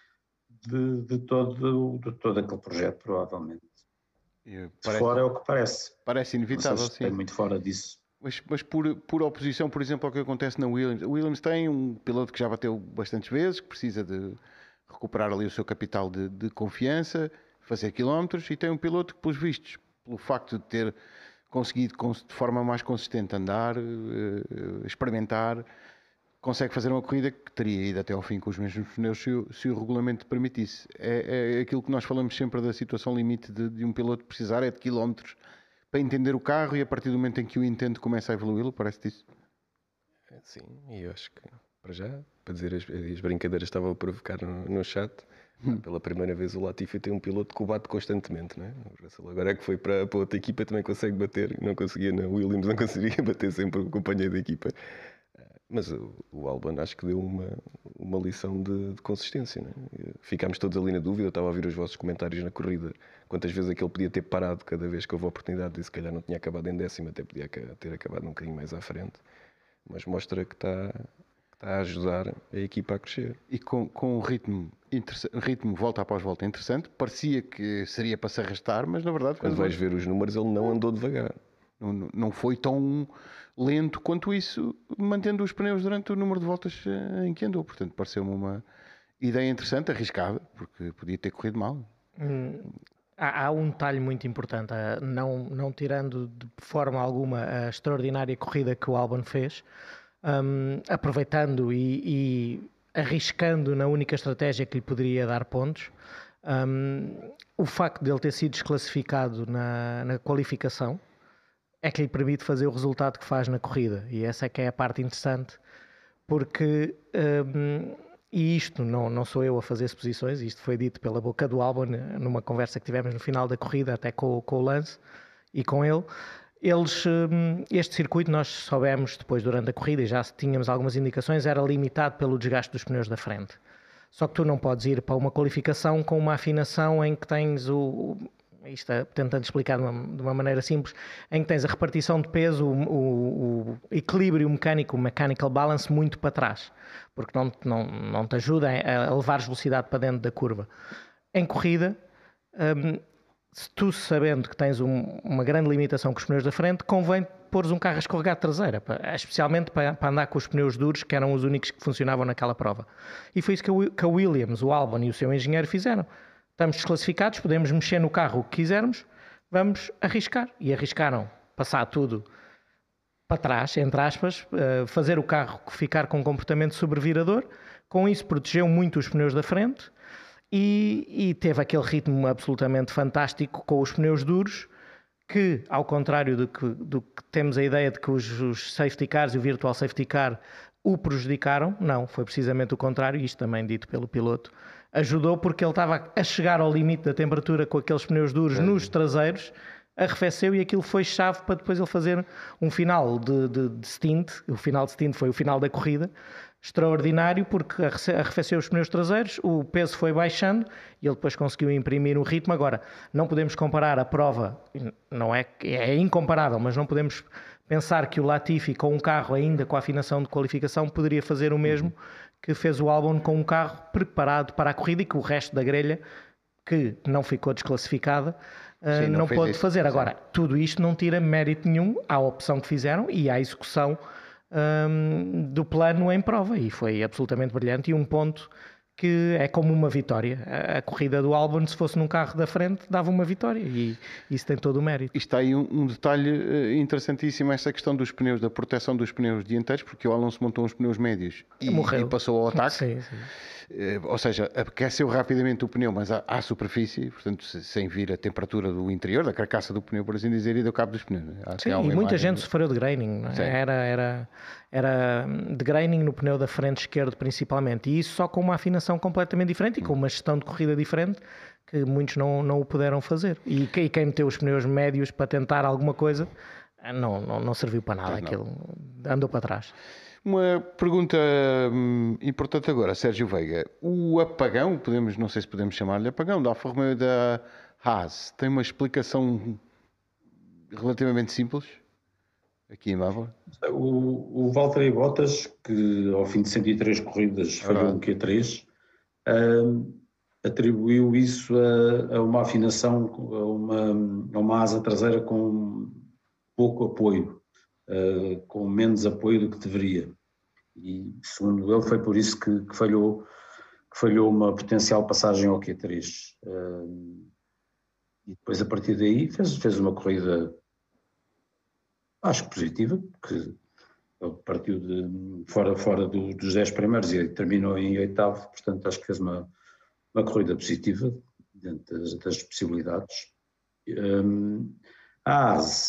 de todo aquele projeto, provavelmente. Fora é o que parece. Parece inevitável, sim. Estou muito fora disso. Mas por oposição, por exemplo, ao que acontece na Williams. A Williams tem um piloto que já bateu bastantes vezes, que precisa de recuperar ali o seu capital de confiança, fazer quilómetros, e tem um piloto que, pelos vistos, pelo facto de ter conseguido de forma mais consistente andar, experimentar, consegue fazer uma corrida que teria ido até ao fim com os mesmos pneus se o regulamento permitisse. É aquilo que nós falamos sempre da situação limite de um piloto precisar, é de quilómetros para entender o carro, e a partir do momento em que o entende começa a evoluí-lo, parece-te isso? Sim, e eu acho que, para já, para dizer as brincadeiras que estava a provocar no chat, pela primeira vez o Latifi tem um piloto que o bate constantemente, não é? O Russell agora é que foi para outra equipa, também consegue bater, não conseguia na Williams, não conseguia bater sempre o companheiro da equipa. Mas o Albon acho que deu uma lição de consistência, não é? Ficámos todos ali na dúvida. Eu estava a ouvir os vossos comentários na corrida, quantas vezes é que ele podia ter parado cada vez que houve a oportunidade, e se calhar não tinha acabado em 10º, até podia ter acabado um bocadinho mais à frente, mas mostra que está a ajudar a equipa a crescer. E com um ritmo volta após volta interessante, parecia que seria para se arrastar, mas na verdade... Quando vais ver os números, ele não andou devagar. Não foi tão lento quanto isso, mantendo os pneus durante o número de voltas em que andou. Portanto, pareceu-me uma ideia interessante, arriscada, porque podia ter corrido mal. Há um detalhe muito importante, não tirando de forma alguma a extraordinária corrida que o Albon fez, aproveitando e arriscando na única estratégia que lhe poderia dar pontos, o facto de ele ter sido desclassificado na qualificação é que lhe permite fazer o resultado que faz na corrida, e essa é que é a parte interessante, porque e isto não sou eu a fazer exposições, isto foi dito pela boca do Albon numa conversa que tivemos no final da corrida, até com o Lance e com ele. Este circuito, nós soubemos depois durante a corrida, e já tínhamos algumas indicações, era limitado pelo desgaste dos pneus da frente. Só que tu não podes ir para uma qualificação com uma afinação em que tens isto tentando explicar de uma maneira simples, em que tens a repartição de peso, o equilíbrio mecânico, o mechanical balance muito para trás, porque não te ajuda a levar velocidade para dentro da curva. Em corrida, se tu sabendo que tens uma grande limitação com os pneus da frente, convém pôres um carro a escorregar de traseira, especialmente para andar com os pneus duros, que eram os únicos que funcionavam naquela prova. E foi isso que a Williams, o Albon e o seu engenheiro fizeram. Estamos desclassificados, podemos mexer no carro o que quisermos, vamos arriscar. E arriscaram passar tudo para trás, entre aspas, fazer o carro ficar com um comportamento sobrevirador. Com isso protegeu muito os pneus da frente e teve aquele ritmo absolutamente fantástico com os pneus duros, que, ao contrário do que temos a ideia de que os safety cars e o virtual safety car o prejudicaram, não, foi precisamente o contrário, isto também dito pelo piloto. Ajudou porque ele estava a chegar ao limite da temperatura com aqueles pneus duros nos traseiros, arrefeceu, e aquilo foi chave para depois ele fazer um final de stint. O final de stint foi o final da corrida, extraordinário, porque arrefeceu os pneus traseiros, o peso foi baixando e ele depois conseguiu imprimir um ritmo. Agora, não podemos comparar a prova, não é incomparável, mas não podemos pensar que o Latifi com um carro ainda com a afinação de qualificação poderia fazer o mesmo que fez o Albon com um carro preparado para a corrida, e que o resto da grelha, que não ficou desclassificada, não pôde fazer. Agora, tudo isto não tira mérito nenhum à opção que fizeram e à execução do plano em prova, e foi absolutamente brilhante, e um ponto que é como uma vitória. A corrida do Albon, se fosse num carro da frente, dava uma vitória, e isso tem todo o mérito. E está aí um detalhe interessantíssimo, essa questão dos pneus, da proteção dos pneus dianteiros, porque o Alonso montou uns pneus médios e passou ao ataque. Sim. Ou seja, aqueceu rapidamente o pneu, mas à superfície, portanto, sem vir a temperatura do interior, da carcaça do pneu, por assim dizer, e do cabo dos pneus. Sim, e muita gente sofreu de graining, não é? Era de graining no pneu da frente esquerdo principalmente, e isso só com uma afinação completamente diferente e com uma gestão de corrida diferente, que muitos não o puderam fazer. E quem meteu os pneus médios para tentar alguma coisa, não serviu para nada, aquilo andou para trás. Uma pergunta importante agora, Sérgio Veiga. O apagão, não sei se podemos chamar-lhe apagão, da Alfa Romeo e da Haas, tem uma explicação relativamente simples aqui em Bárbara? O Valtteri Bottas, que ao fim de 103 corridas falhou um Q3, atribuiu isso a uma afinação, a uma asa traseira com pouco apoio. Com menos apoio do que deveria, e segundo ele foi por isso que falhou uma potencial passagem ao Q3, e depois a partir daí fez uma corrida, acho positiva, porque ele partiu de fora dos 10 primeiros e terminou em 8º, portanto acho que fez uma corrida positiva dentro das possibilidades. A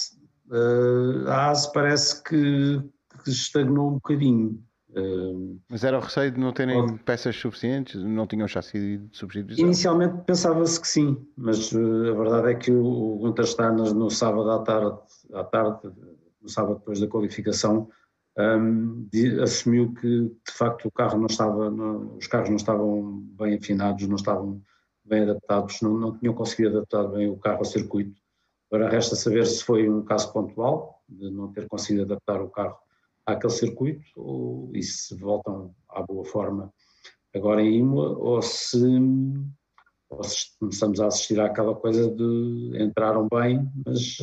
AS parece que estagnou um bocadinho. Mas era o receio de não terem peças suficientes, não tinham chassi de substituição? Inicialmente pensava-se que sim, mas a verdade é que o Gunther Steiner no sábado à tarde, no sábado depois da qualificação, assumiu que de facto os carros não estavam bem afinados, não estavam bem adaptados, não tinham conseguido adaptar bem o carro ao circuito. Agora resta saber se foi um caso pontual de não ter conseguido adaptar o carro àquele circuito, e se voltam à boa forma agora em Imola, ou se começamos a assistir àquela coisa de entraram bem, mas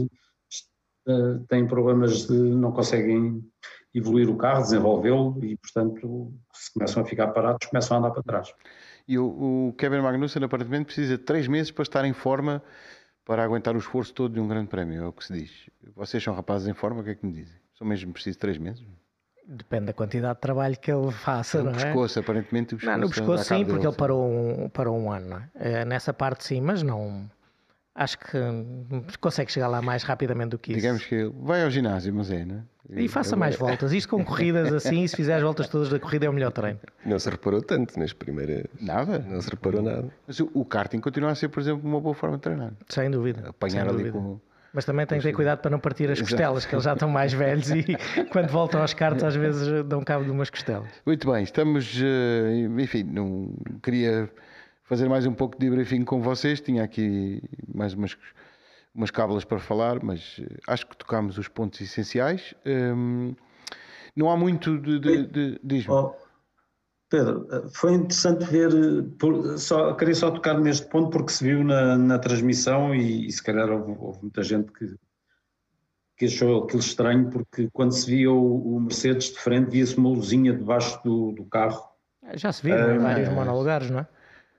têm problemas de não conseguem evoluir o carro, desenvolvê-lo, e portanto se começam a ficar parados, começam a andar para trás. E o Kevin Magnussen aparentemente precisa de 3 meses para estar em forma para aguentar o esforço todo de um grande prémio, é o que se diz. Vocês são rapazes em forma, o que é que me dizem? São mesmo preciso de 3 meses? Depende da quantidade de trabalho que ele faça, não é? Pescoço, aparentemente o pescoço. Não, no pescoço sim, porque ele parou um ano, não é? Nessa parte sim, mas não... Acho que consegue chegar lá mais rapidamente do que isso. Digamos que vai ao ginásio, mas não é? E faça mais voltas. Isto com corridas assim, se fizer as voltas todas da corrida é o melhor treino. Não se reparou tanto nas primeiras... Nada? Não se reparou nada. Mas o karting continua a ser, por exemplo, uma boa forma de treinar. Sem dúvida. Apanhar sem ali dúvida. com... Mas também tem que ter cuidado para não partir as costelas, que eles já estão mais velhos e quando voltam aos karts às vezes dão cabo de umas costelas. Muito bem, estamos... Enfim, não queria fazer mais um pouco de briefing com vocês. Tinha aqui mais umas cábulas para falar, mas acho que tocámos os pontos essenciais. Não há muito de diz-me. Pedro, foi interessante ver, queria só tocar neste ponto porque se viu na transmissão e se calhar houve muita gente que achou aquilo estranho, porque quando se via o Mercedes de frente via-se uma luzinha debaixo do carro. Já se viu em vários monolugares, não é?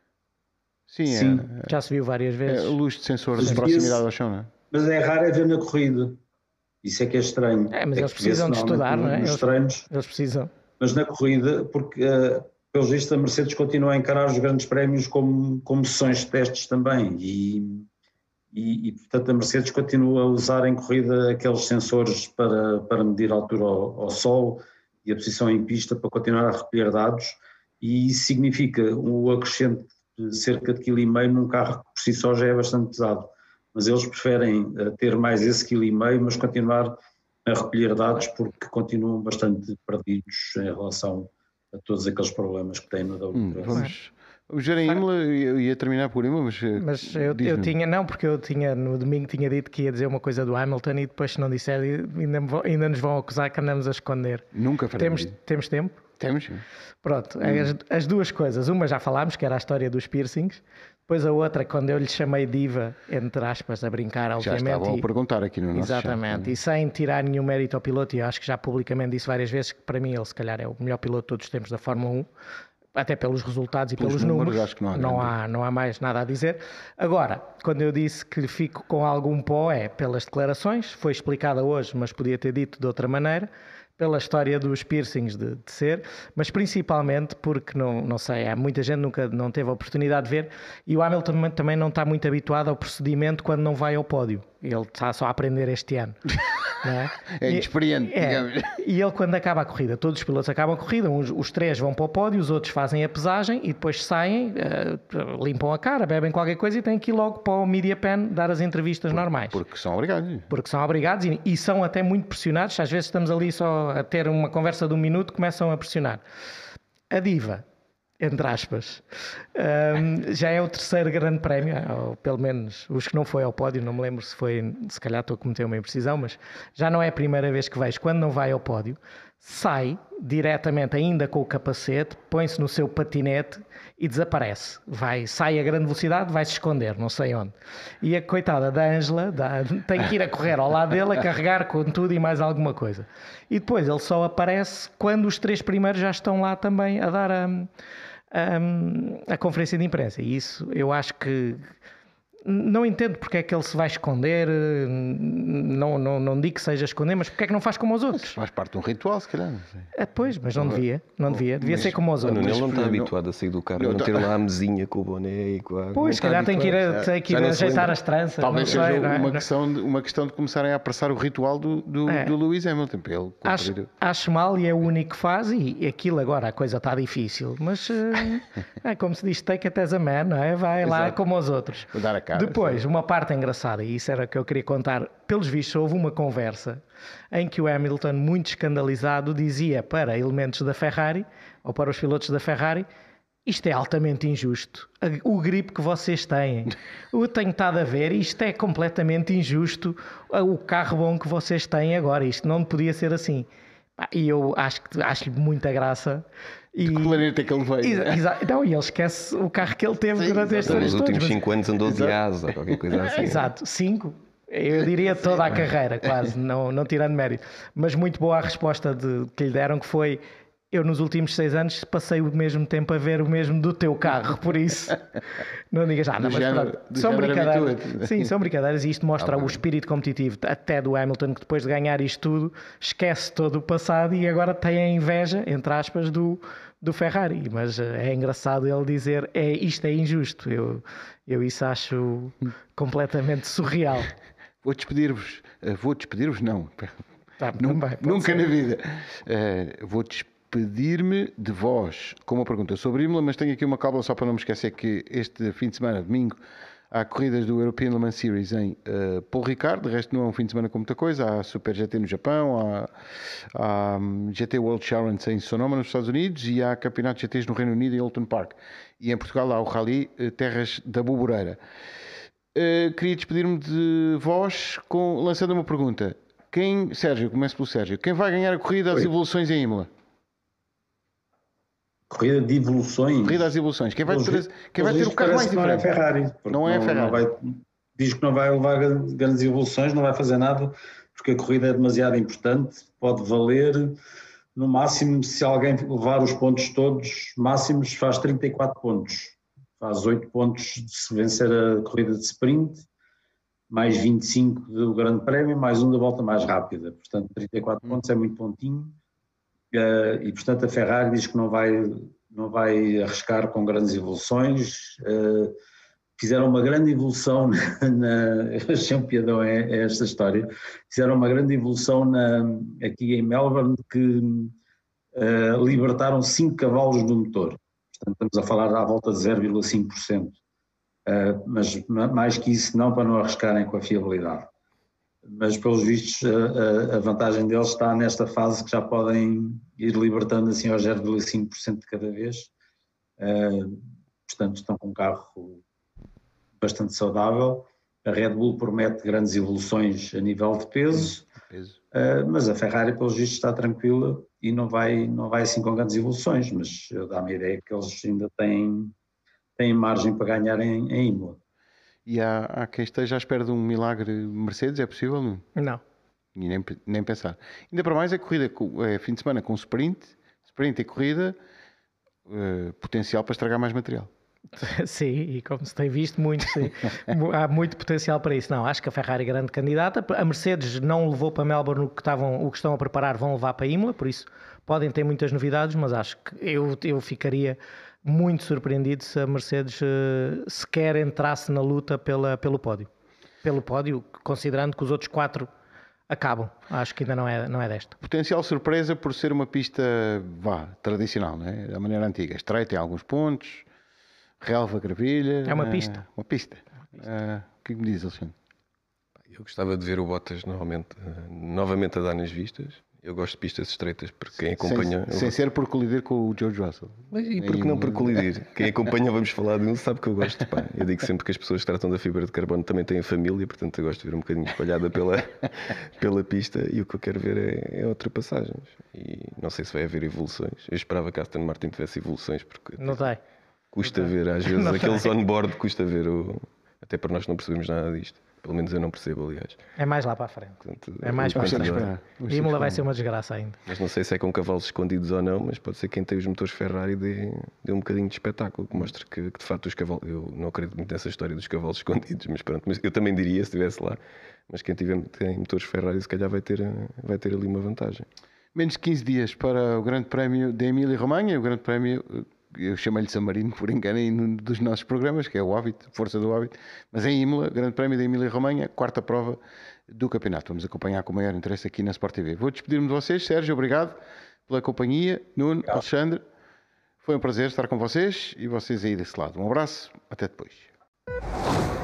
Sim. Já se viu várias vezes. É luz de sensor de proximidade ao chão, não é? Mas é raro ver na corrida. Isso é que é estranho. Mas eles precisam de estudar, não é? Nos treinos. Eles precisam. Mas na corrida, porque pelos vistos a Mercedes continua a encarar os grandes prémios como sessões de testes também e portanto a Mercedes continua a usar em corrida aqueles sensores para medir a altura ao sol e a posição em pista para continuar a recolher dados, e isso significa o acrescente de cerca de 1,5 kg num carro que por si só já é bastante pesado, mas eles preferem ter mais esse 1,5 kg, mas continuar a recolher dados porque continuam bastante perdidos em relação a todos aqueles problemas que têm no WTCC. Vamos ver em Imola, eu ia terminar por Imola, mas eu tinha, não, porque eu tinha no domingo tinha dito que ia dizer uma coisa do Hamilton e depois se não disser ainda nos vão acusar que andamos a esconder. Nunca faremos. Temos tempo? Temos. Pronto, as duas coisas, uma já falámos, que era a história dos piercings, depois a outra, quando eu lhe chamei diva, entre aspas, a brincar, obviamente. Já estavam a perguntar aqui no nosso chat. Exatamente, e sem tirar nenhum mérito ao piloto, e eu acho que já publicamente disse várias vezes que para mim ele se calhar é o melhor piloto de todos os tempos da Fórmula 1, até pelos resultados e pelos números, acho que não É inexperiente, digamos. E ele, quando acaba a corrida, todos os pilotos acabam a corrida, os 3 vão para o pódio, os outros fazem a pesagem e depois saem, limpam a cara, bebem qualquer coisa e têm que ir logo para o media pen dar as entrevistas normais. Porque são obrigados. Porque são obrigados e são até muito pressionados. Às vezes estamos ali só a ter uma conversa de 1 minuto, começam a pressionar. A diva, entre aspas, já é o 3º grande prémio, ou pelo menos os que não foi ao pódio, não me lembro se calhar estou a cometer uma imprecisão, mas já não é a primeira vez que vejo, quando não vai ao pódio, sai diretamente ainda com o capacete, põe-se no seu patinete e desaparece. Sai a grande velocidade, vai se esconder, não sei onde. E a coitada da Ângela tem que ir a correr ao lado dele, a carregar com tudo e mais alguma coisa. E depois ele só aparece quando os 3 primeiros já estão lá também a dar a conferência de imprensa. E isso eu acho que não entendo porque é que ele se vai esconder, não digo que seja esconder, mas porque é que não faz como os outros? Faz parte de um ritual, se calhar. Não sei. Pois, mas não devia ser como os outros. Ele não está habituado a sair do carro, não ter lá a mesinha com o boné e com a... Pois, se calhar tem que ir ajeitar as tranças. Talvez seja uma questão de começarem a apressar o ritual do Lewis Hamilton para ele cumprir. Acho mal e é o único que faz e aquilo agora, a coisa está difícil, mas como se diz, take it as a man, não é? Vai lá como os outros. Vou dar a cara. Depois, uma parte engraçada, e isso era o que eu queria contar, pelos vistos houve uma conversa em que o Hamilton, muito escandalizado, dizia para elementos da Ferrari, ou para os pilotos da Ferrari, isto é altamente injusto, o grip que vocês têm, eu tenho estado a ver, isto é completamente injusto, o carro bom que vocês têm agora, isto não podia ser assim. E eu acho-lhe muita graça. De que planeta que ele veio? Não, e ele esquece o carro que ele teve durante estes anos todos. Nos últimos 5 anos andou de asa, qualquer coisa assim. Exato, 5. Eu diria toda a carreira, quase, não tirando mérito. Mas muito boa a resposta que lhe deram, que foi: Eu nos últimos 6 anos passei o mesmo tempo a ver o mesmo do teu carro, por isso não digas não, mas pronto, são brincadeiras. Sim, são brincadeiras e isto mostra o espírito competitivo até do Hamilton, que depois de ganhar isto tudo esquece todo o passado e agora tem a inveja, entre aspas, do Ferrari. Mas é engraçado ele dizer isto é injusto. Eu isso acho completamente surreal. Vou despedir-vos não. Tá, Nunca na vida. Vou despedir-me de vós com uma pergunta sobre Imola, mas tenho aqui uma cábula só para não me esquecer que este fim de semana, domingo, há corridas do European Le Mans Series em Paul Ricard. De resto não é um fim de semana com muita coisa. Há Super GT no Japão, há GT World Challenge em Sonoma nos Estados Unidos e há campeonatos GTs no Reino Unido em Oulton Park. E em Portugal há o Rally Terras da Boboreira. Queria despedir-me de vós lançando uma pergunta. Sérgio, começo pelo Sérgio. Quem vai ganhar a corrida às evoluções em Imola? Corrida de evoluções? Corrida às evoluções. Quem vai ter o carro mais diferente? Não é a Ferrari. Não é a Ferrari. Diz que não vai levar grandes evoluções, não vai fazer nada, porque a corrida é demasiado importante. Pode valer, no máximo, se alguém levar os pontos todos, máximos faz 34 pontos. Faz 8 pontos se vencer a corrida de sprint, mais 25 do Grande Prémio, mais um da volta mais rápida. Portanto, 34 pontos é muito pontinho. E, portanto, a Ferrari diz que não vai arriscar com grandes evoluções. Fizeram uma grande evolução eu achei um piadão esta história. Fizeram uma grande evolução aqui em Melbourne que libertaram 5 cavalos do motor. Portanto, estamos a falar à volta de 0,5%. Mas mais que isso não, para não arriscarem com a fiabilidade. Mas pelos vistos a vantagem deles está nesta fase que já podem ir libertando assim aos 0,5% de cada vez. Portanto estão com um carro bastante saudável. A Red Bull promete grandes evoluções a nível de peso. Mas a Ferrari pelos vistos está tranquila e não vai assim com grandes evoluções, mas dá-me a ideia que eles ainda têm margem para ganhar em Imola. E há quem esteja à espera de um milagre Mercedes, é possível? Não. E nem pensar. Ainda para mais é corrida, é fim de semana com sprint e corrida, potencial para estragar mais material. Sim, e como se tem visto muito, sim. Há muito potencial para isso. Não, acho que a Ferrari é grande candidata. A Mercedes não levou para Melbourne o que estão a preparar, vão levar para Imola, por isso podem ter muitas novidades, mas acho que eu ficaria muito surpreendido se a Mercedes sequer entrasse na luta pelo pódio. Pelo pódio, considerando que os outros 4 acabam. Acho que ainda não é desta. Potencial surpresa por ser uma pista tradicional, não é? Da maneira antiga. Estreita em alguns pontos, relva, gravilha. É uma pista. Uma pista. O que me diz, Alexandre? Eu gostava de ver o Bottas novamente a dar nas vistas. Eu gosto de pistas estreitas, porque quem acompanha... Sem ser por colidir com o George Russell. Mas e por que não por colidir? Quem acompanha, vamos falar de ele, sabe que eu gosto. Pá. Eu digo sempre que as pessoas que tratam da fibra de carbono também têm família, portanto eu gosto de ver um bocadinho espalhada pela pista, e o que eu quero ver é ultrapassagens. E não sei se vai haver evoluções. Eu esperava que a Aston Martin tivesse evoluções, porque não tem. Custa ver, às vezes, aqueles on-board, custa ver até para nós não percebemos nada disto. Pelo menos eu não percebo, aliás. É mais lá para a frente. Portanto, é mais para a frente. Imola vai ser uma desgraça ainda. Mas não sei se é com cavalos escondidos ou não, mas pode ser quem tem os motores Ferrari dê um bocadinho de espetáculo, que mostre que de facto os cavalos... Eu não acredito muito nessa história dos cavalos escondidos, mas pronto. Mas eu também diria, se estivesse lá, mas quem tem motores Ferrari se calhar vai ter ali uma vantagem. Menos de 15 dias para o Grande Prémio da Emília-Romanha, o Grande Prémio... Eu chamei-lhe San Marino por engano em um dos nossos programas, que é o Hábito, Força do Hábito, mas em Imola, Grande Prémio da Emília-Romanha, 4ª prova do campeonato. Vamos acompanhar com o maior interesse aqui na Sport TV. Vou despedir-me de vocês. Sérgio, obrigado pela companhia. Nuno, Alexandre, foi um prazer estar com vocês e vocês aí desse lado. Um abraço, até depois.